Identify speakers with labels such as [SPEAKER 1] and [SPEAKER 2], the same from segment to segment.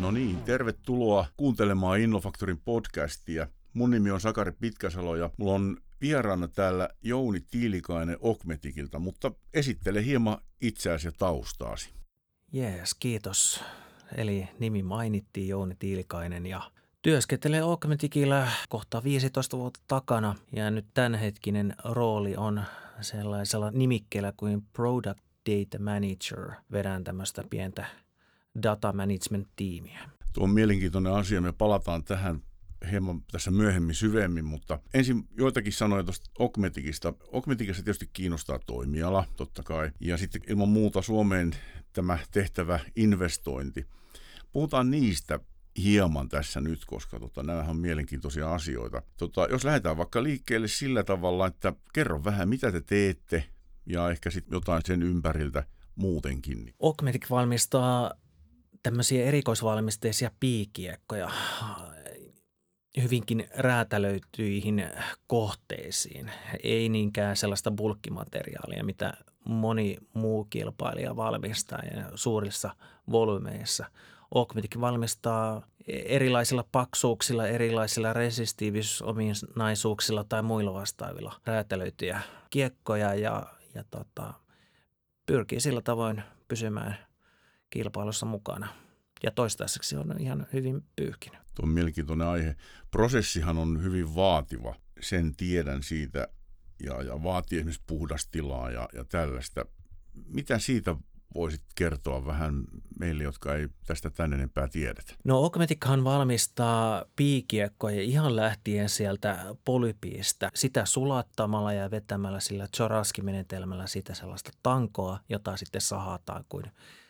[SPEAKER 1] No niin, tervetuloa kuuntelemaan Innofactorin podcastia. Mun nimi on Sakari Pitkäsalo ja mulla on vieraana täällä Jouni Tiilikainen Okmetikilta, mutta esittele hieman itseäsi ja taustaasi.
[SPEAKER 2] Jees, kiitos. Eli nimi mainittiin, Jouni Tiilikainen, ja työskentelee Okmetikillä kohta 15 vuotta takana. Ja nyt tämänhetkinen rooli on sellaisella nimikkeellä kuin Product Data Manager. Vedän tämmöistä pientä data management-tiimiä.
[SPEAKER 1] Tuo on mielenkiintoinen asia, me palataan tähän hieman tässä myöhemmin syvemmin, mutta ensin joitakin sanoja tuosta Okmetikista. Okmetikissa tietysti kiinnostaa toimiala, totta kai, ja sitten ilman muuta Suomeen tämä tehtävä investointi. Puhutaan niistä hieman tässä nyt, koska nämähän on mielenkiintoisia asioita. Jos lähdetään vaikka liikkeelle sillä tavalla, että kerro vähän, mitä te teette, ja ehkä sitten jotain sen ympäriltä muutenkin.
[SPEAKER 2] Okmetik valmistaa tämmöisiä erikoisvalmisteisia piikiekkoja hyvinkin räätälöityihin kohteisiin. Ei niinkään sellaista bulkkimateriaalia, mitä moni muu kilpailija valmistaa ja suurissa volyymeissa. Okmetik valmistaa erilaisilla paksuuksilla, erilaisilla resistiivisominaisuuksilla tai muilla vastaavilla räätälöityjä kiekkoja ja pyrkii sillä tavoin pysymään kilpailussa mukana. Ja toistaiseksi on ihan hyvin pyyhkinyt.
[SPEAKER 1] Tuo on mielenkiintoinen aihe. Prosessihan on hyvin vaativa, sen tiedän siitä, ja vaatii esimerkiksi puhdastilaa ja tällaista. Mitä siitä voisit kertoa vähän meille, jotka ei tästä tän enempää tiedetä?
[SPEAKER 2] No Okmetikhan valmistaa piikiekkoja ihan lähtien sieltä polypiistä. Sitä sulattamalla ja vetämällä sillä Czoraski-menetelmällä sitä sellaista tankoa, jota sitten sahataan kuin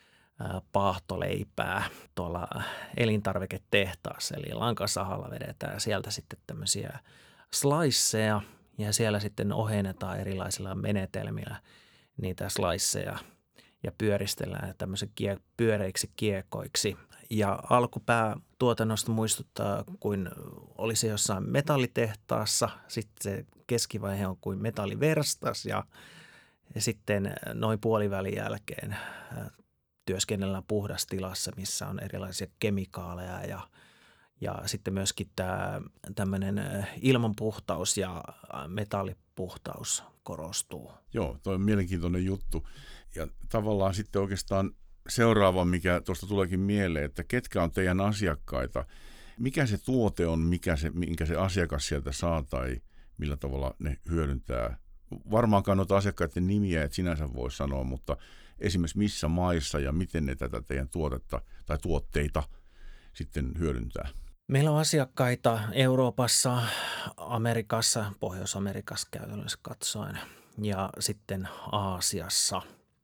[SPEAKER 2] paahtoleipää tuolla elintarviketehtaassa. Eli lankasahalla vedetään sieltä sitten tämmöisiä sliceja ja siellä sitten ohennetaan erilaisilla menetelmillä niitä sliceja ja pyöristellään tämmöisen pyöreiksi kiekoiksi. Ja alkupää tuotannosta muistuttaa kuin olisi jossain metallitehtaassa, sitten se keskivaihe on kuin metalliverstas ja sitten noin puolivälin jälkeen työskennellään puhdastilassa, missä on erilaisia kemikaaleja ja sitten myöskin tämmöinen ilmanpuhtaus ja metallipuhtaus korostuu.
[SPEAKER 1] Joo, toi on mielenkiintoinen juttu. Ja tavallaan sitten oikeastaan seuraava, mikä tuosta tuleekin mieleen, että ketkä on teidän asiakkaita, mikä se tuote on, minkä se asiakas sieltä saa tai millä tavalla ne hyödyntää. Varmaankaan noita asiakkaiden nimiä et sinänsä voi sanoa, mutta esimerkiksi missä maissa ja miten ne tätä teidän tuotetta tai tuotteita sitten hyödyntää?
[SPEAKER 2] Meillä on asiakkaita Euroopassa, Amerikassa, Pohjois-Amerikassa käytännössä katsoen ja sitten Aasiassa.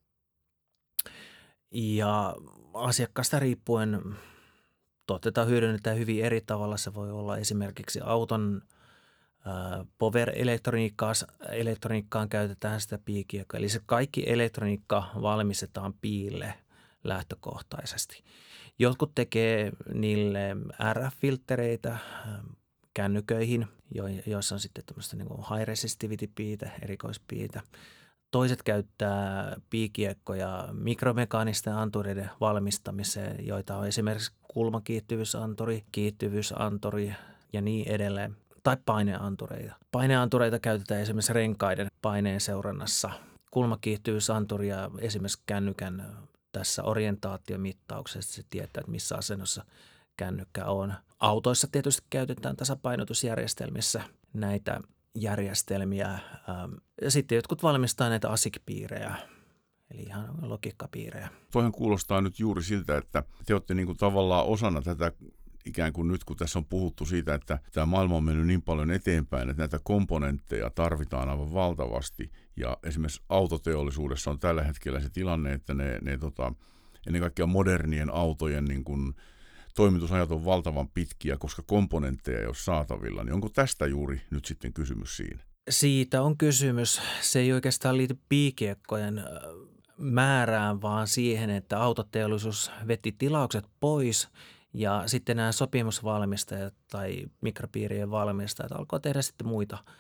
[SPEAKER 2] Ja asiakkaasta riippuen tuotteita hyödynnetään hyvin eri tavalla. Se voi olla esimerkiksi auton power-elektroniikkaan käytetään sitä piikiekkoa. Eli se kaikki elektroniikka valmistetaan piille lähtökohtaisesti. Jotkut tekee niille RF-filttereitä kännyköihin, joissa on sitten tämmöistä niin kuin high resistivity-piitä, erikoispiitä. Toiset käyttää piikiekkoja mikromekaanisten antureiden valmistamiseen, joita on esimerkiksi kulmakiihtyvyysanturi, kiihtyvyysanturi ja niin edelleen. Tai paineantureita. Paineantureita käytetään esimerkiksi renkaiden paineen seurannassa. Kulmakiihtyvyysanturia esimerkiksi kännykän tässä orientaatiomittauksessa. Se tietää, että missä asennossa kännykkä on. Autoissa tietysti käytetään tasapainotusjärjestelmissä näitä järjestelmiä. Sitten jotkut valmistaa näitä ASIC-piirejä, eli ihan logiikkapiirejä.
[SPEAKER 1] Toihan kuulostaa nyt juuri siltä, että te olette niin kuin tavallaan osana tätä ikään kuin nyt, kun tässä on puhuttu siitä, että tämä maailma on mennyt niin paljon eteenpäin, että näitä komponentteja tarvitaan aivan valtavasti. Ja esimerkiksi autoteollisuudessa on tällä hetkellä se tilanne, että ne ennen kaikkea modernien autojen niin kuin toimitusajat on valtavan pitkiä, koska komponentteja ei ole saatavilla. Niin onko tästä juuri nyt sitten kysymys siinä?
[SPEAKER 2] Siitä on kysymys. Se ei oikeastaan liity piikiekkojen määrään, vaan siihen, että autoteollisuus veti tilaukset pois ja sitten nämä sopimusvalmistajat tai mikropiirien valmistajat alkoi tehdä sitten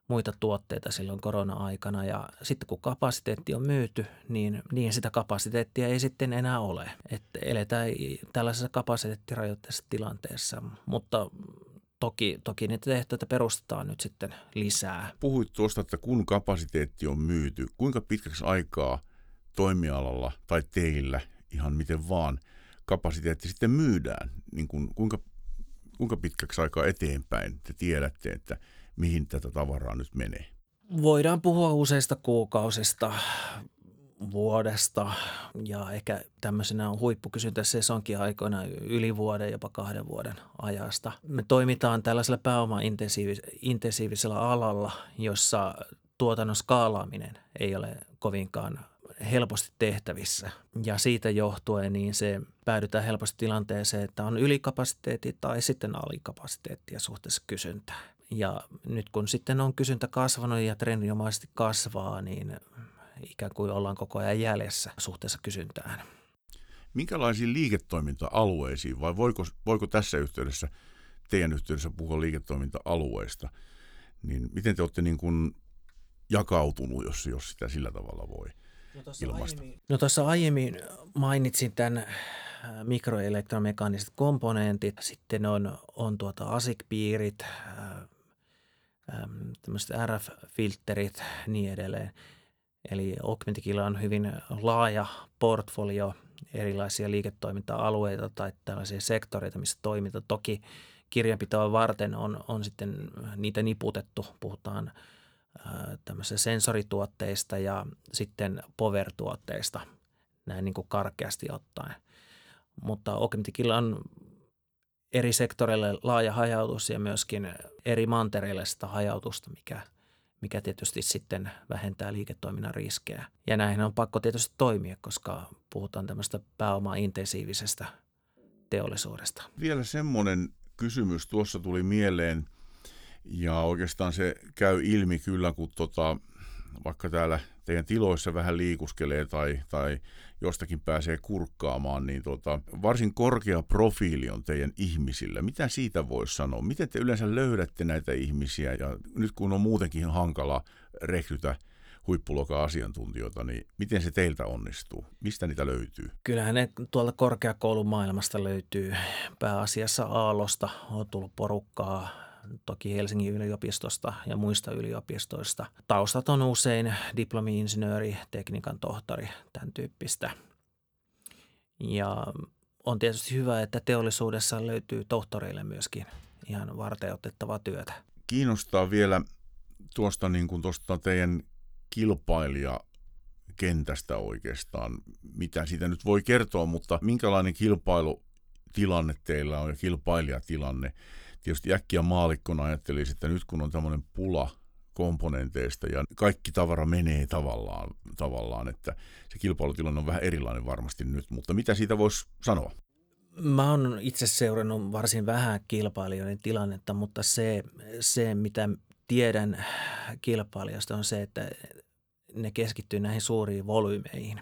[SPEAKER 2] muita tuotteita silloin korona-aikana ja sitten kun kapasiteetti on myyty, niin sitä kapasiteettia ei sitten enää ole. Että eletään tällaisessa kapasiteettirajoitteessa tilanteessa, mutta toki niitä tehtäitä perustetaan nyt sitten lisää.
[SPEAKER 1] Puhuit tuosta, että kun kapasiteetti on myyty, kuinka pitkäksi aikaa toimialalla tai teillä, ihan miten vaan, kapasiteetti sitten myydään? Niin kuinka pitkäksi aikaa eteenpäin te tiedätte, että mihin tätä tavaraa nyt menee?
[SPEAKER 2] Voidaan puhua useista kuukausista, vuodesta ja ehkä tämmöisenä huippukysyntäsesonkin aikoina yli vuoden, jopa 2 vuoden ajasta. Me toimitaan tällaisella pääoma-intensiivisellä alalla, jossa tuotannon skaalaaminen ei ole kovinkaan helposti tehtävissä. Ja siitä johtuen niin se päädytään helposti tilanteeseen, että on ylikapasiteetti tai sitten alikapasiteettia suhteessa kysyntään. Ja nyt kun sitten on kysyntä kasvanut ja trendinomaisesti kasvaa, niin ikään kuin ollaan koko ajan jäljessä suhteessa kysyntään.
[SPEAKER 1] Minkälaisiin liiketoiminta-alueisiin vai voiko tässä yhteydessä, teidän yhteydessä puhua liiketoiminta-alueista, niin miten te olette niin kuin jakautunut, jos sitä sillä tavalla voi ilmaista?
[SPEAKER 2] Tuossa aiemmin mainitsin tämän mikroelektromekaaniset komponentit, sitten on ASIC-piirit, tämmöiset RF-filterit ja niin edelleen. Eli Augmenticilla on hyvin laaja portfolio erilaisia liiketoiminta-alueita tai tällaisia sektoreita, missä toimitaan. Toki kirjanpitoa varten on sitten niitä niputettu. Puhutaan tämmöisistä sensorituotteista ja sitten power-tuotteista, näin niin kuin karkeasti ottaen. Mutta Augmenticilla on eri sektoreille laaja hajautus ja myöskin eri mantereille sitä hajautusta, mikä tietysti sitten vähentää liiketoiminnan riskejä. Ja näihin on pakko tietysti toimia, koska puhutaan tämmöistä pääoma-intensiivisestä teollisuudesta.
[SPEAKER 1] Vielä semmoinen kysymys tuossa tuli mieleen, ja oikeastaan se käy ilmi kyllä, kun vaikka täällä teidän tiloissa vähän liikuskelee tai jostakin pääsee kurkkaamaan, niin varsin korkea profiili on teidän ihmisillä. Mitä siitä voisi sanoa? Miten te yleensä löydätte näitä ihmisiä? Ja nyt kun on muutenkin hankala rekrytä huippuluokan asiantuntijoita, niin miten se teiltä onnistuu? Mistä niitä löytyy?
[SPEAKER 2] Kyllähän ne tuolta korkeakoulumaailmasta löytyy. Pääasiassa Aallosta on tullut porukkaa, toki Helsingin yliopistosta ja muista yliopistoista. Taustat on usein diplomi-insinööri, tekniikan tohtori, tämän tyyppistä. Ja on tietysti hyvä, että teollisuudessa löytyy tohtoreille myöskin ihan varteenotettavaa työtä.
[SPEAKER 1] Kiinnostaa vielä tuosta teidän kilpailijakentästä oikeastaan, mitä siitä nyt voi kertoa, mutta minkälainen kilpailutilanne teillä on ja kilpailijatilanne? Tietysti äkkiä maallikkona ajattelisin, että nyt kun on tämmöinen pula komponenteista ja kaikki tavara menee tavallaan, että se kilpailutilanne on vähän erilainen varmasti nyt, mutta mitä siitä voisi sanoa?
[SPEAKER 2] Mä oon itse seurannut varsin vähän kilpailijoiden tilannetta, mutta se mitä tiedän kilpailijoista on se, että ne keskittyy näihin suuriin volyymeihin,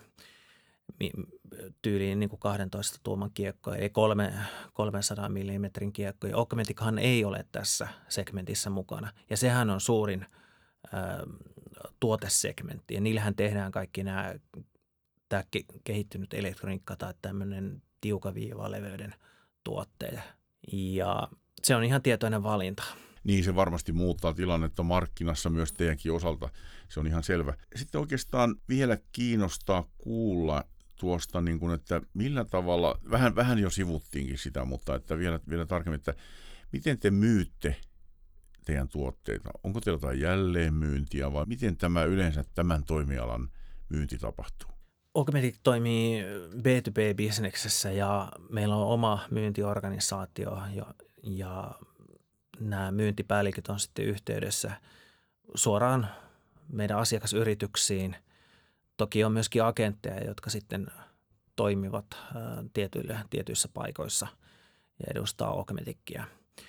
[SPEAKER 2] tyyliin niin kuin 12 tuuman kiekkoja, ei 300 millimetrin kiekkoja. Augmentichan ei ole tässä segmentissä mukana, ja sehän on suurin tuotesegmentti, ja niillähän tehdään kaikki tämä kehittynyt elektroniikka tai tämmöinen tiukaviivaleveyden tuotteja, ja se on ihan tietoinen valinta.
[SPEAKER 1] Niin, se varmasti muuttaa tilannetta markkinassa myös teidänkin osalta, se on ihan selvä. Sitten oikeastaan vielä kiinnostaa kuulla tuosta, niin kuin, että millä tavalla, vähän jo sivuttiinkin sitä, mutta että vielä tarkemmin, että miten te myytte teidän tuotteita? Onko teillä jotain jälleenmyyntiä vai miten tämä yleensä tämän toimialan myynti tapahtuu?
[SPEAKER 2] Augmentic toimii B2B-bisneksessä ja meillä on oma myyntiorganisaatio ja nämä myyntipäälliköt on sitten yhteydessä suoraan meidän asiakasyrityksiin. Toki on myöskin agentteja, jotka sitten toimivat tietyissä paikoissa ja edustaa Augmenticia.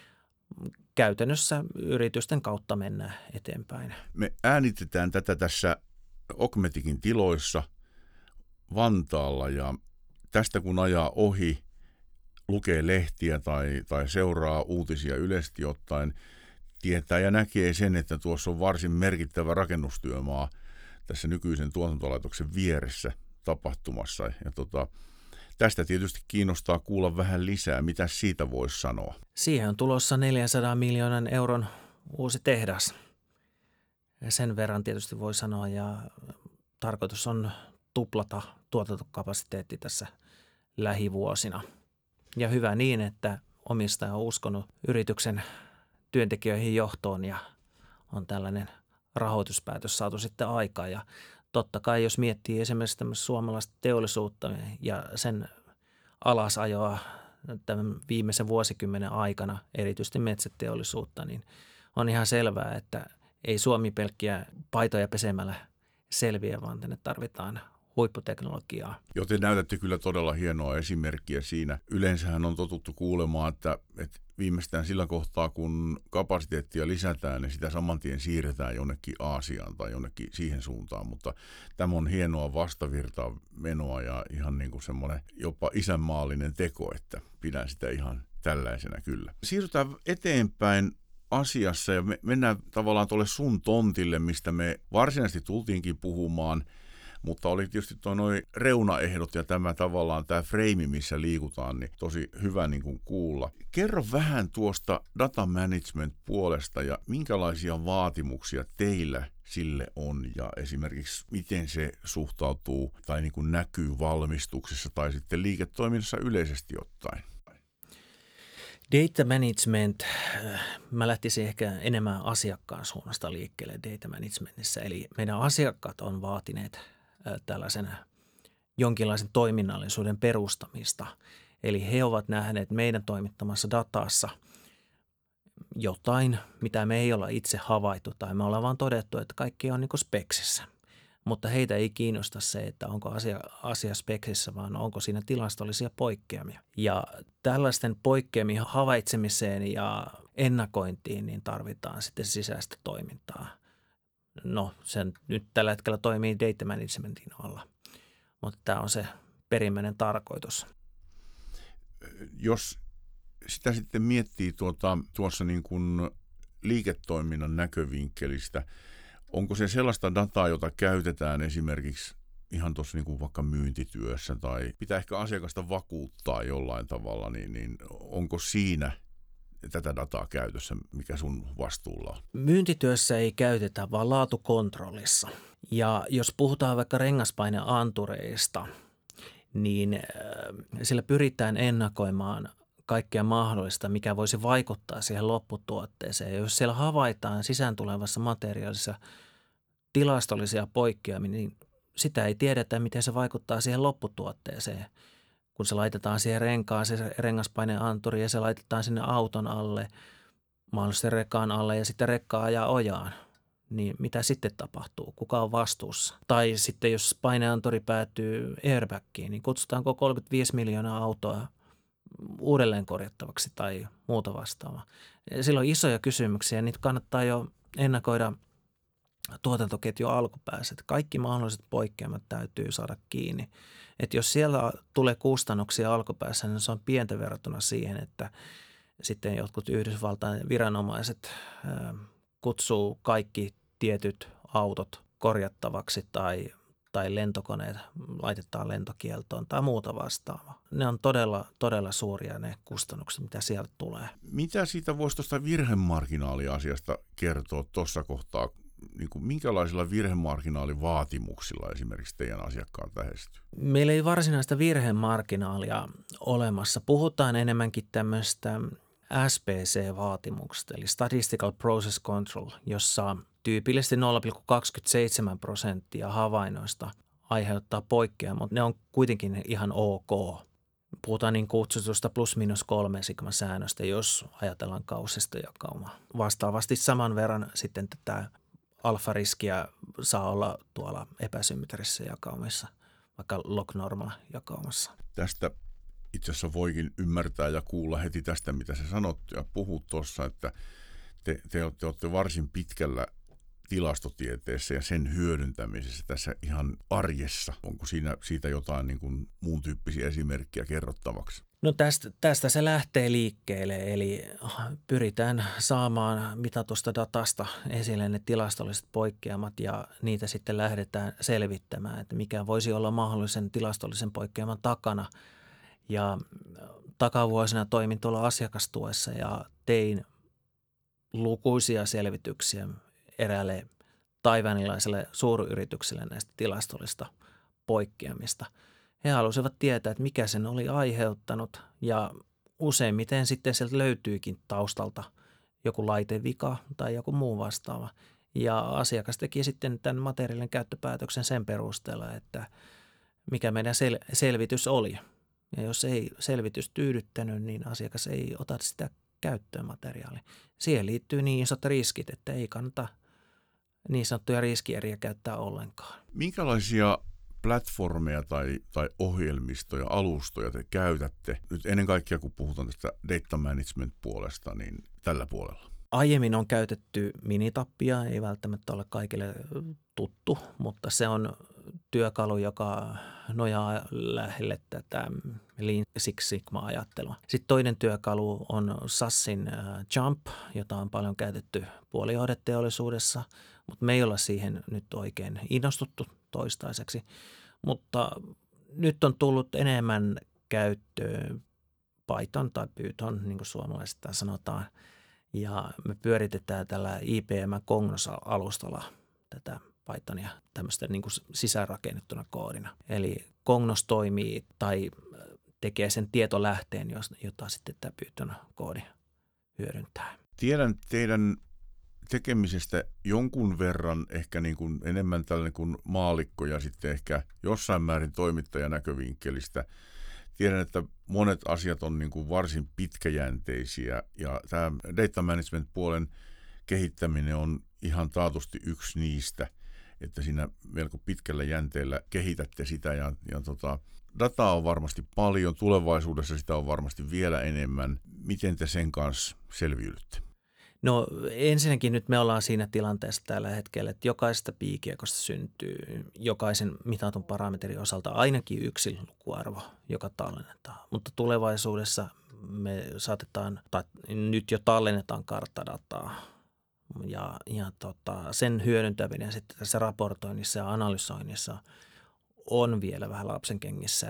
[SPEAKER 2] Käytännössä yritysten kautta mennään eteenpäin.
[SPEAKER 1] Me äänitetään tätä tässä Augmenticin tiloissa Vantaalla ja tästä kun ajaa ohi, lukee lehtiä tai seuraa uutisia yleisesti ottaen, tietää ja näkee sen, että tuossa on varsin merkittävä rakennustyömaa tässä nykyisen tuotantolaitoksen vieressä tapahtumassa. Ja tästä tietysti kiinnostaa kuulla vähän lisää. Mitä siitä voisi sanoa?
[SPEAKER 2] Siihen on tulossa 400 miljoonan euron uusi tehdas. Ja sen verran tietysti voi sanoa, ja tarkoitus on tuplata tuotantokapasiteetti tässä lähivuosina. Ja hyvä niin, että omistaja on uskonut yrityksen työntekijöihin johtoon ja on tällainen rahoituspäätös saatu sitten aikaan. Ja totta kai, jos miettii esimerkiksi tämmöistä suomalaista teollisuutta ja sen alasajoa tämän viimeisen vuosikymmenen aikana, erityisesti metsäteollisuutta, niin on ihan selvää, että ei Suomi pelkkiä paitoja pesemällä selviä, vaan tänne tarvitaan huipputeknologiaa.
[SPEAKER 1] Joten näytätte kyllä todella hienoa esimerkkiä siinä. Yleensähän on totuttu kuulemaan, että viimeistään sillä kohtaa, kun kapasiteettia lisätään, niin sitä saman tien siirretään jonnekin Aasiaan tai jonnekin siihen suuntaan. Mutta tämä on hienoa vastavirtaa menoa ja ihan niin kuin semmoinen jopa isänmaallinen teko, että pidän sitä ihan tällaisena kyllä. Siirrytään eteenpäin asiassa ja mennään tavallaan tuolle sun tontille, mistä me varsinaisesti tultiinkin puhumaan. Mutta oli tietysti nuo reunaehdot ja tämä frame, missä liikutaan, niin tosi hyvä niin kuin kuulla. Kerro vähän tuosta data management puolesta ja minkälaisia vaatimuksia teillä sille on ja esimerkiksi miten se suhtautuu tai niin kuin näkyy valmistuksessa tai sitten liiketoiminnassa yleisesti ottaen.
[SPEAKER 2] Data management, mä lähtisin ehkä enemmän asiakkaan suunnasta liikkeelle data managementissa, eli meidän asiakkaat on vaatineet tällaisen jonkinlaisen toiminnallisuuden perustamista. Eli he ovat nähneet meidän toimittamassa datassa jotain, mitä me ei olla itse havaittu tai me ollaan vaan todettu, että kaikki on niin kuin speksissä. Mutta heitä ei kiinnosta se, että onko asia speksissä, vaan onko siinä tilastollisia poikkeamia. Ja tällaisten poikkeamien havaitsemiseen ja ennakointiin niin tarvitaan sitten sisäistä toimintaa. No, sen nyt tällä hetkellä toimii data managementin alla, mutta tämä on se perimmäinen tarkoitus.
[SPEAKER 1] Jos sitä sitten miettii tuossa niin kuin liiketoiminnan näkövinkkelistä, onko se sellaista dataa, jota käytetään esimerkiksi ihan tuossa niin kuin vaikka myyntityössä tai pitää ehkä asiakasta vakuuttaa jollain tavalla, niin onko siinä tätä dataa käytössä, mikä sun vastuulla on?
[SPEAKER 2] Myyntityössä ei käytetä, vaan laatukontrollissa. Ja jos puhutaan vaikka rengaspaineantureista, niin sillä pyritään ennakoimaan kaikkea mahdollista, mikä voisi vaikuttaa siihen lopputuotteeseen. Ja jos siellä havaitaan sisään tulevassa materiaalissa tilastollisia poikkeamia, niin sitä ei tiedetä, miten se vaikuttaa siihen lopputuotteeseen. Kun se laitetaan siihen renkaan, se rengaspaineanturi ja se laitetaan sinne auton alle, mahdollisesti rekaan alle ja sitten rekka ajaa ojaan, niin mitä sitten tapahtuu? Kuka on vastuussa? Tai sitten jos paineanturi päätyy airbagiin, niin kutsutaanko 35 miljoonaa autoa uudelleen korjattavaksi tai muuta vastaavaa? Silloin isoja kysymyksiä, niitä kannattaa jo ennakoida tuotantoketjun alkupäässä. Kaikki mahdolliset poikkeamat täytyy saada kiinni. Että jos siellä tulee kustannuksia alkupäässä, niin se on pientä verrattuna siihen, että sitten jotkut Yhdysvaltain viranomaiset kutsuu kaikki tietyt autot korjattavaksi tai lentokoneet laitetaan lentokieltoon tai muuta vastaavaa. Ne on todella suuria ne kustannukset, mitä sieltä tulee.
[SPEAKER 1] Mitä siitä voisi tuosta virhemarginaaliasiasta kertoa tuossa kohtaa? Niin kuin minkälaisilla virhemarginaalivaatimuksilla esimerkiksi teidän asiakkaat lähestyy?
[SPEAKER 2] Meillä ei varsinaista virhemarginaalia olemassa. Puhutaan enemmänkin tämmöistä SPC-vaatimuksesta, eli Statistical Process Control, jossa tyypillisesti 0,27% havainnoista aiheuttaa poikkeamaa, mutta ne on kuitenkin ihan ok. Puhutaan niin kutsutusta +-3 sigma-säännöstä, jos ajatellaan kausista jakaumaa. Vastaavasti saman verran sitten tätä alfariskiä saa olla tuolla epäsymmetrisessä jakaumissa, vaikka log-normal-jakaumassa.
[SPEAKER 1] Tästä itse asiassa voikin ymmärtää ja kuulla heti tästä, mitä sä sanot ja puhut tuossa, että te olette varsin pitkällä tilastotieteessä ja sen hyödyntämisessä tässä ihan arjessa. Onko siitä jotain niin kuin muun tyyppisiä esimerkkejä kerrottavaksi?
[SPEAKER 2] No tästä se lähtee liikkeelle, eli pyritään saamaan mitatusta datasta esille ne tilastolliset poikkeamat ja niitä sitten lähdetään selvittämään, että mikä voisi olla mahdollisen tilastollisen poikkeaman takana. Ja takavuosina toimin tuolla asiakastuessa ja tein lukuisia selvityksiä eräälle taiwanilaiselle suuryritykselle näistä tilastollista poikkeamista. He halusivat tietää, että mikä sen oli aiheuttanut ja useimmiten sitten sieltä löytyykin taustalta joku laitevika tai joku muu vastaava. Ja asiakas teki sitten tämän materiaalin käyttöpäätöksen sen perusteella, että mikä meidän selvitys oli. Ja jos ei selvitys tyydyttänyt, niin asiakas ei ota sitä käyttöön materiaalia. Siihen liittyy niin isot riskit, että ei kannata niin sanottuja riskieriä käyttää ollenkaan.
[SPEAKER 1] Minkälaisia platformeja tai ohjelmistoja, alustoja te käytätte nyt ennen kaikkea, kun puhutaan tästä data management puolesta, niin tällä puolella?
[SPEAKER 2] Aiemmin on käytetty Minitappia, ei välttämättä ole kaikille tuttu, mutta se on työkalu, joka nojaa lähelle tätä Lean Six Sigma-ajattelua. Sitten toinen työkalu on SASin Jump, jota on paljon käytetty puolijohdeteollisuudessa, mutta me ei olla siihen nyt oikein innostuttu toistaiseksi. Mutta nyt on tullut enemmän käyttöön Python tai Python, niin kuin suomalaisista sanotaan. Ja me pyöritetään tällä IBM Cognos-alustalla tätä Pythonia tämmöistä niin kuin sisäänrakennettuna koodina. Eli Cognos toimii tai tekee sen tietolähteen, jota sitten tämä Python-koodi hyödyntää.
[SPEAKER 1] Tiedän teidän tekemisestä jonkun verran ehkä niin kuin enemmän tällainen kuin maallikko ja sitten ehkä jossain määrin toimittajan näkövinkkelistä. Tiedän, että monet asiat on niin kuin varsin pitkäjänteisiä ja tämä data management puolen kehittäminen on ihan taatusti yksi niistä, että siinä melko pitkällä jänteellä kehitätte sitä ja dataa on varmasti paljon, tulevaisuudessa sitä on varmasti vielä enemmän. Miten te sen kanssa selviydytte?
[SPEAKER 2] No ensinnäkin nyt me ollaan siinä tilanteessa tällä hetkellä, että jokaisesta piikiekosta syntyy jokaisen mitatun parametrin osalta ainakin yksi lukuarvo, joka tallennetaan. Mutta tulevaisuudessa me saatetaan, tai nyt jo tallennetaan karttadataa ja sen hyödyntäminen sitten tässä raportoinnissa ja analysoinnissa on vielä vähän lapsenkengissä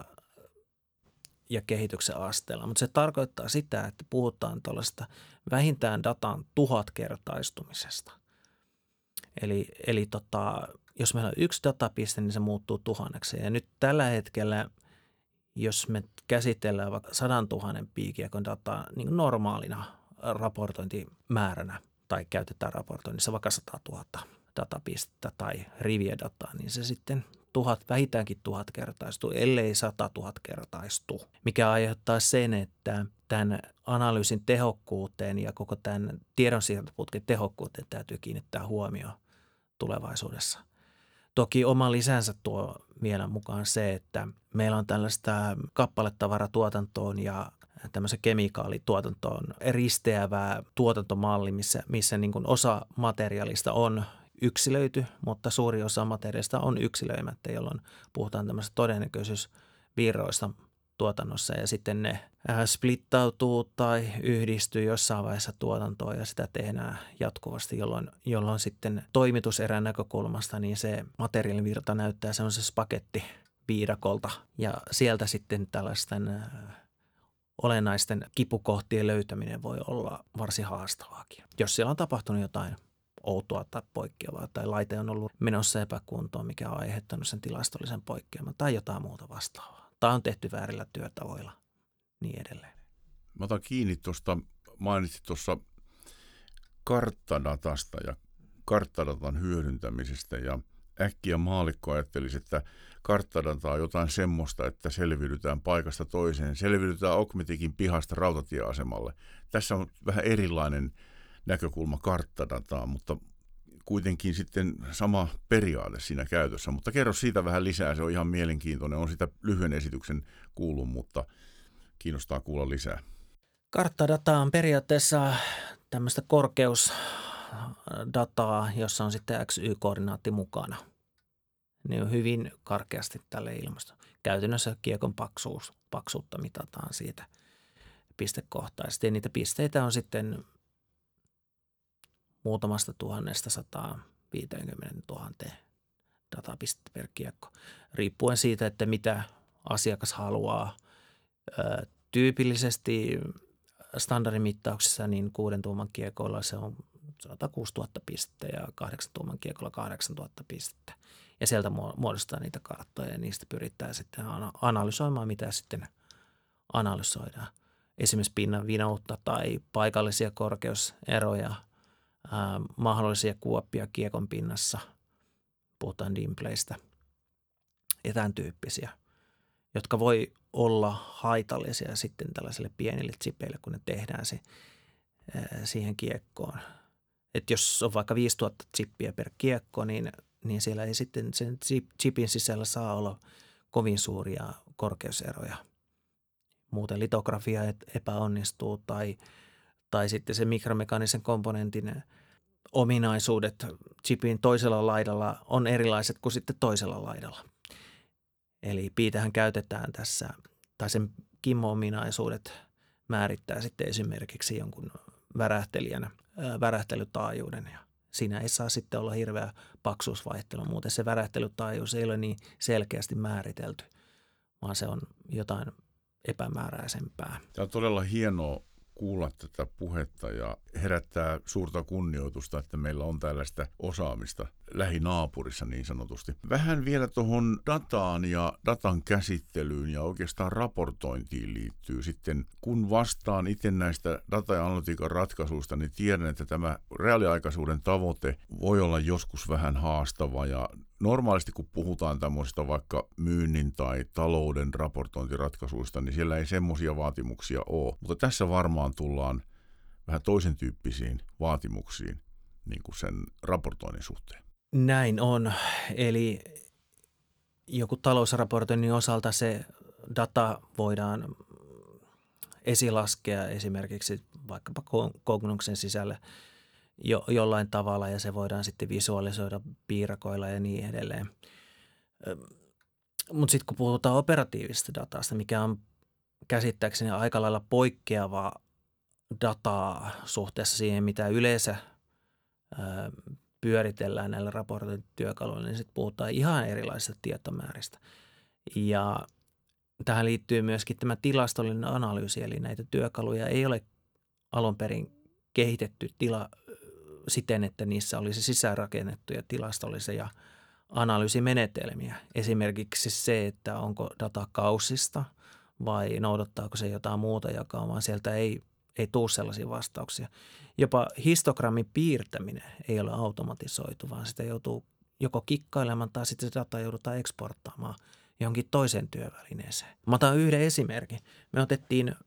[SPEAKER 2] ja kehityksen asteella, mutta se tarkoittaa sitä, että puhutaan tuollaista vähintään datan 1000-kertaistumisesta. Eli jos meillä on yksi datapiste, niin se muuttuu 1000. Ja nyt tällä hetkellä, jos me käsitellään vaikka 100 000 piikiekon dataa niin normaalina raportointimääränä tai käytetään raportoinnissa vaikka 100 000 datapistettä tai riviä dataa, niin se sitten vähintäänkin 1000 kertaistuu, ellei 100 000 kertaistuu, mikä aiheuttaa sen, että tämän analyysin tehokkuuteen ja koko tämän tiedonsiirtoputken tehokkuuteen täytyy kiinnittää huomioon tulevaisuudessa. Toki oma lisänsä tuo vielä mukaan se, että meillä on tällaista kappaletavaratuotantoon ja tämmöisen kemikaalituotantoon risteävää tuotantomalli, missä niin kuin osa materiaalista on yksilöity, mutta suuri osa materiaalista on yksilöimättä, jolloin puhutaan tämmöisestä todennäköisyysvirroista tuotannossa ja sitten ne splittautuu tai yhdistyy jossain vaiheessa tuotantoon ja sitä tehdään jatkuvasti, jolloin sitten toimituserän näkökulmasta niin se materiaalivirta näyttää semmoisessa pakettiviidakolta ja sieltä sitten tällaisten olennaisten kipukohtien löytäminen voi olla varsin haastavaakin. Jos siellä on tapahtunut jotain outoa tai poikkeavaa tai laite on ollut menossa epäkuntoon, mikä on aiheuttanut sen tilastollisen poikkeaman tai jotain muuta vastaavaa. Tai on tehty väärillä työtavoilla, niin edelleen.
[SPEAKER 1] Mä otan kiinni mainitsit tuossa karttadatasta ja karttadatan hyödyntämisestä ja äkkiä maallikko ajattelisi, että karttadata on jotain semmoista, että selviydytään paikasta toiseen. Selviydytään Okmetikin pihasta rautatieasemalle. Tässä on vähän erilainen näkökulma karttadataan, mutta kuitenkin sitten sama periaate siinä käytössä. Mutta kerro siitä vähän lisää, se on ihan mielenkiintoinen. On sitä lyhyen esityksen kuullut, mutta kiinnostaa kuulla lisää.
[SPEAKER 2] Karttadata on periaatteessa tämmöistä korkeusdataa, jossa on sitten XY-koordinaatti mukana. Ne on hyvin karkeasti tälle ilmasta. Käytännössä kiekon paksuutta mitataan siitä pistekohtaisesti. Ja niitä pisteitä on sitten muutamasta 1,150 000 datapistettä per kiekko, riippuen siitä, että mitä asiakas haluaa. Tyypillisesti standardimittauksessa niin 6 tuuman kiekoilla se on 106 000 pistettä ja 8 tuuman kiekoilla 8 000 pistettä. Ja sieltä muodostaa niitä karttoja ja niistä pyritään sitten analysoimaan, mitä sitten analysoidaan. Esimerkiksi pinnan vinoutta tai paikallisia korkeuseroja, mahdollisia kuoppia kiekon pinnassa, puhutaan dimpleistä ja tämän tyyppisiä, jotka voi olla haitallisia sitten tällaisille pienille chipeille, kun ne tehdään siihen kiekkoon. Että jos on vaikka 5000 chippiä per kiekko, niin siellä ei sitten sen chipin sisällä saa olla kovin suuria korkeuseroja. Muuten litografia epäonnistuu tai sitten se mikromekaanisen komponentin ominaisuudet chipin toisella laidalla on erilaiset kuin sitten toisella laidalla. Eli piitähän käytetään tässä, tai sen kimmo-ominaisuudet määrittää sitten esimerkiksi jonkun värähtelijän värähtelytaajuuden. Ja siinä ei saa sitten olla hirveä paksuusvaihtelu, muuten se värähtelytaajuus ei ole niin selkeästi määritelty, vaan se on jotain epämääräisempää.
[SPEAKER 1] Tämä on todella hienoa kuulla tätä puhetta ja herättää suurta kunnioitusta, että meillä on tällaista osaamista lähinaapurissa niin sanotusti. Vähän vielä tuohon dataan ja datan käsittelyyn ja oikeastaan raportointiin liittyy sitten. Kun vastaan itse näistä data- ja analytiikan ratkaisuista, niin tiedän, että tämä reaaliaikaisuuden tavoite voi olla joskus vähän haastava ja normaalisti kun puhutaan tämmöisistä vaikka myynnin tai talouden raportointiratkaisuista, niin siellä ei semmoisia vaatimuksia ole. Mutta tässä varmaan tullaan vähän toisen tyyppisiin vaatimuksiin niin kuin sen raportoinnin suhteen.
[SPEAKER 2] Näin on. Eli joku talousraportoinnin osalta se data voidaan esilaskea esimerkiksi vaikkapa Cognuksen sisälle jollain tavalla ja se voidaan sitten visualisoida piirakoilla ja niin edelleen. Mutta sitten kun puhutaan operatiivisesta datasta, mikä on käsittääkseni aika lailla poikkeavaa dataa suhteessa siihen, mitä yleensä pyöritellään näillä raportointityökaluilla, niin sitten puhutaan ihan erilaisista tietomääristä. Ja tähän liittyy myöskin tämä tilastollinen analyysi, eli näitä työkaluja ei ole alun perin kehitetty siten, että niissä olisi sisäänrakennettuja tilastollisia analyysimenetelmiä. Esimerkiksi se, että onko data kausista vai noudattaako se jotain muuta jakaumaa, sieltä ei tule sellaisia vastauksia. Jopa histogrammin piirtäminen ei ole automatisoitu, vaan sitä joutuu joko kikkailemaan tai sitten se data joudutaan eksporttaamaan johonkin toiseen työvälineeseen. Mä otan yhden esimerkin. Me otettiin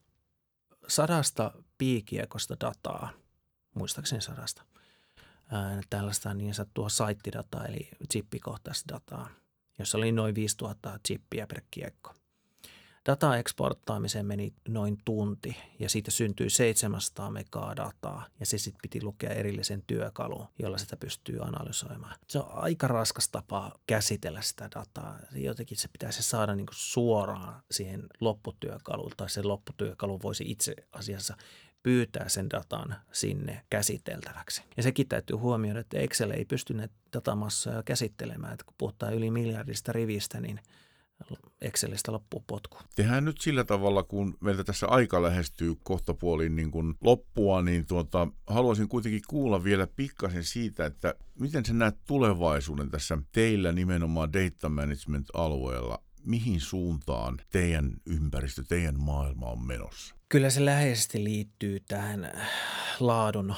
[SPEAKER 2] 100 piikiekosta dataa, muistaakseni 100, tällaista niin sanottua saittidataa eli chippikohtaista dataa, jossa oli noin 5000 chippiä per kiekko. Data-eksporttaamiseen meni noin tunti ja siitä syntyi 700 megaa dataa ja se sitten piti lukea erillisen työkalun, jolla sitä pystyy analysoimaan. Se on aika raskas tapa käsitellä sitä dataa. Jotenkin se pitäisi saada niin kuin suoraan siihen lopputyökaluun tai se lopputyökalu voisi itse asiassa pyytää sen datan sinne käsiteltäväksi. Ja sekin täytyy huomioida, että Excel ei pysty näitä datamassoja käsittelemään. Että kun puhutaan yli miljardista rivistä, niin Excelistä loppuu potku.
[SPEAKER 1] Tehdään nyt sillä tavalla, kun meiltä tässä aika lähestyy kohtapuoliin niin kuin loppua, niin haluaisin kuitenkin kuulla vielä pikkasen siitä, että miten sä näet tulevaisuuden tässä teillä nimenomaan data management-alueella. Mihin suuntaan teidän ympäristö, teidän maailma on menossa?
[SPEAKER 2] Kyllä se läheisesti liittyy tähän laadun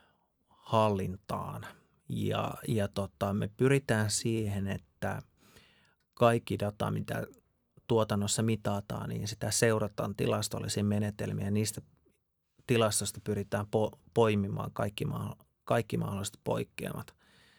[SPEAKER 2] hallintaan ja me pyritään siihen, että kaikki data, mitä tuotannossa mitataan, niin sitä seurataan tilastollisiin menetelmiin ja niistä tilastosta pyritään poimimaan kaikki mahdolliset poikkeamat.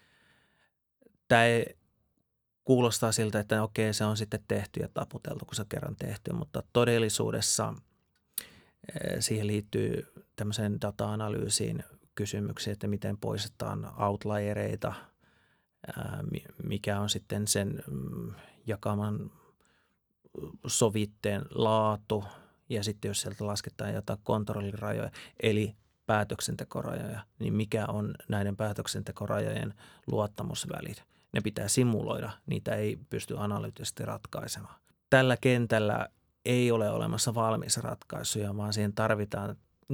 [SPEAKER 2] Tämä kuulostaa siltä, että okei, se on sitten tehty ja taputeltu, kun se on kerran tehty, mutta todellisuudessa siihen liittyy tämmöiseen data-analyysiin kysymyksiä, että miten poistetaan outliereita, mikä on sitten sen jakaman sovitteen laatu ja sitten jos sieltä lasketaan jotain kontrollirajoja, eli päätöksentekorajoja, niin mikä on näiden päätöksentekorajojen luottamusvälit? Ne pitää simuloida, niitä ei pysty analyyttisesti ratkaisemaan. Tällä kentällä ei ole olemassa valmis ratkaisuja, vaan siihen tarvitaan,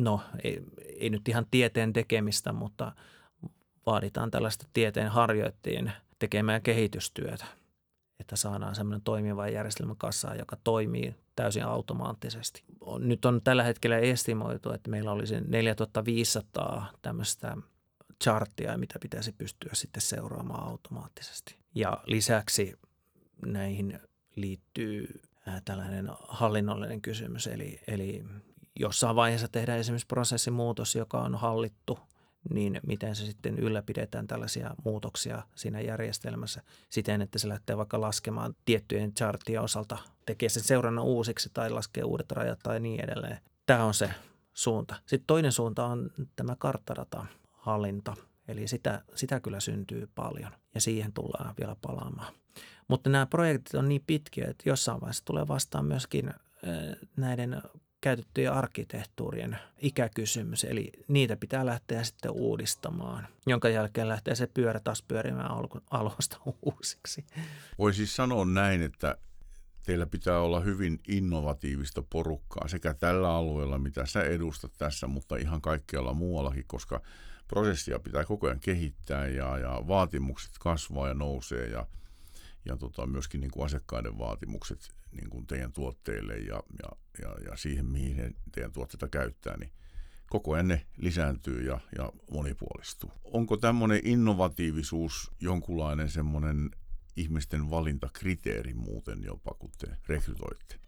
[SPEAKER 2] ei nyt ihan tieteen tekemistä, mutta vaaditaan tällaista tieteen harjoittajien tekemää kehitystyötä, että saadaan semmoinen toimiva järjestelmä kasaan, joka toimii täysin automaattisesti. Nyt on tällä hetkellä estimoitu, että meillä olisi 4500 tämmöistä charttia, mitä pitäisi pystyä sitten seuraamaan automaattisesti. Ja lisäksi näihin liittyy tällainen hallinnollinen kysymys, eli jossain vaiheessa tehdään esimerkiksi prosessimuutos, joka on hallittu, niin miten se sitten ylläpidetään tällaisia muutoksia siinä järjestelmässä siten, että se lähtee vaikka laskemaan tiettyjen charttien osalta, tekee sen seurannan uusiksi tai laskee uudet rajat tai niin edelleen. Tämä on se suunta. Sitten toinen suunta on tämä karttadatahallinta, eli sitä kyllä syntyy paljon ja siihen tullaan vielä palaamaan. Mutta nämä projektit on niin pitkiä, että jossain vaiheessa tulee vastaan myöskin näiden käytettyjen arkkitehtuurien ikäkysymys, eli niitä pitää lähteä sitten uudistamaan, jonka jälkeen lähtee se pyörä taas pyörimään alusta uusiksi.
[SPEAKER 1] Voi siis sanoa näin, että teillä pitää olla hyvin innovatiivista porukkaa sekä tällä alueella, mitä sä edustat tässä, mutta ihan kaikkialla muuallakin, koska prosessia pitää koko ajan kehittää ja vaatimukset kasvaa ja nousee ja myöskin niin kuin asiakkaiden vaatimukset niin kuin teidän tuotteille ja siihen, mihin teidän tuotteita käyttää, niin koko ajan ne lisääntyy ja monipuolistuu. Onko tämmöinen innovatiivisuus jonkunlainen semmoinen ihmisten valintakriteeri muuten jopa, kun te rekrytoitte?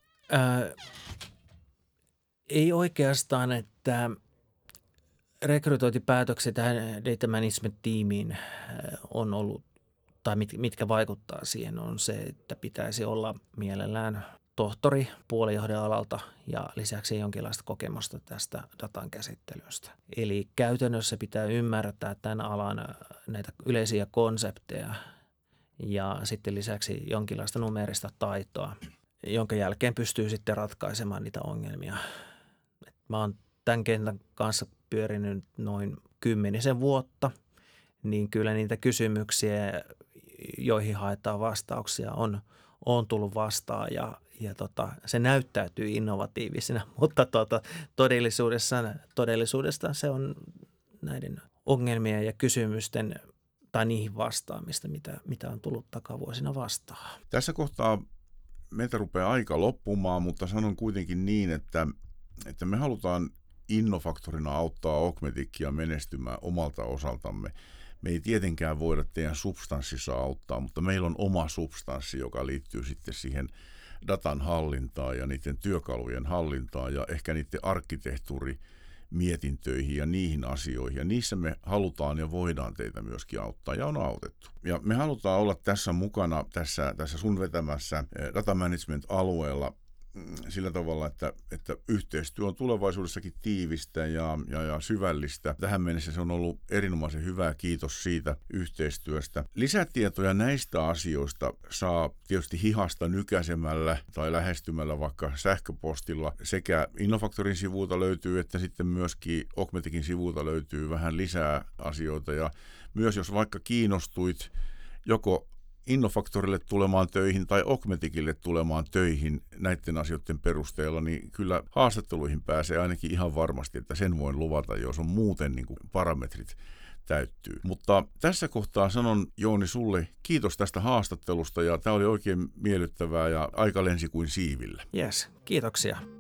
[SPEAKER 2] Ei oikeastaan, että rekrytointipäätökset tähän data management-tiimiin on ollut, tai mitkä vaikuttaa siihen, on se, että pitäisi olla mielellään tohtori puolijohdon alalta ja lisäksi jonkinlaista kokemusta tästä datan käsittelystä. Eli käytännössä pitää ymmärtää tämän alan näitä yleisiä konsepteja ja sitten lisäksi jonkinlaista numeerista taitoa, jonka jälkeen pystyy sitten ratkaisemaan niitä ongelmia. Mä oon tämän kentän kanssa pyörinyt noin 10 vuotta, niin kyllä niitä kysymyksiä, joihin haetaan vastauksia, on tullut vastaan ja se näyttäytyy innovatiivisena, mutta todellisuudessa se on näiden ongelmien ja kysymysten tai niihin vastaamista, mitä on tullut takavuosina vastaan.
[SPEAKER 1] Tässä kohtaa meiltä rupeaa aika loppumaan, mutta sanon kuitenkin niin, että me halutaan Innofactorina auttaa Augmeticia menestymään omalta osaltamme. Me ei tietenkään voida teidän substanssissa auttaa, mutta meillä on oma substanssi, joka liittyy sitten siihen datan hallintaan ja niiden työkalujen hallintaan ja ehkä niiden arkkitehtuurimietintöihin ja niihin asioihin. Ja niissä me halutaan ja voidaan teitä myöskin auttaa ja on autettu. Ja me halutaan olla tässä mukana tässä sun vetämässä data management-alueella sillä tavalla, että yhteistyö on tulevaisuudessakin tiivistä ja syvällistä. Tähän mennessä se on ollut erinomaisen hyvä. Kiitos siitä yhteistyöstä. Lisätietoja näistä asioista saa tietysti hihasta nykäsemällä tai lähestymällä vaikka sähköpostilla. Sekä Innofactorin sivuilta löytyy, että sitten myöskin Augmeticin sivuilta löytyy vähän lisää asioita. Ja myös jos vaikka kiinnostuit joko Innofactorille tulemaan töihin tai Augmeticille tulemaan töihin näiden asioiden perusteella, niin kyllä haastatteluihin pääsee ainakin ihan varmasti, että sen voin luvata, jos on muuten niin kuin parametrit täyttyy. Mutta tässä kohtaa sanon, Jouni, sulle kiitos tästä haastattelusta ja tämä oli oikein miellyttävää ja aika lensi kuin siivillä.
[SPEAKER 2] Yes, kiitoksia.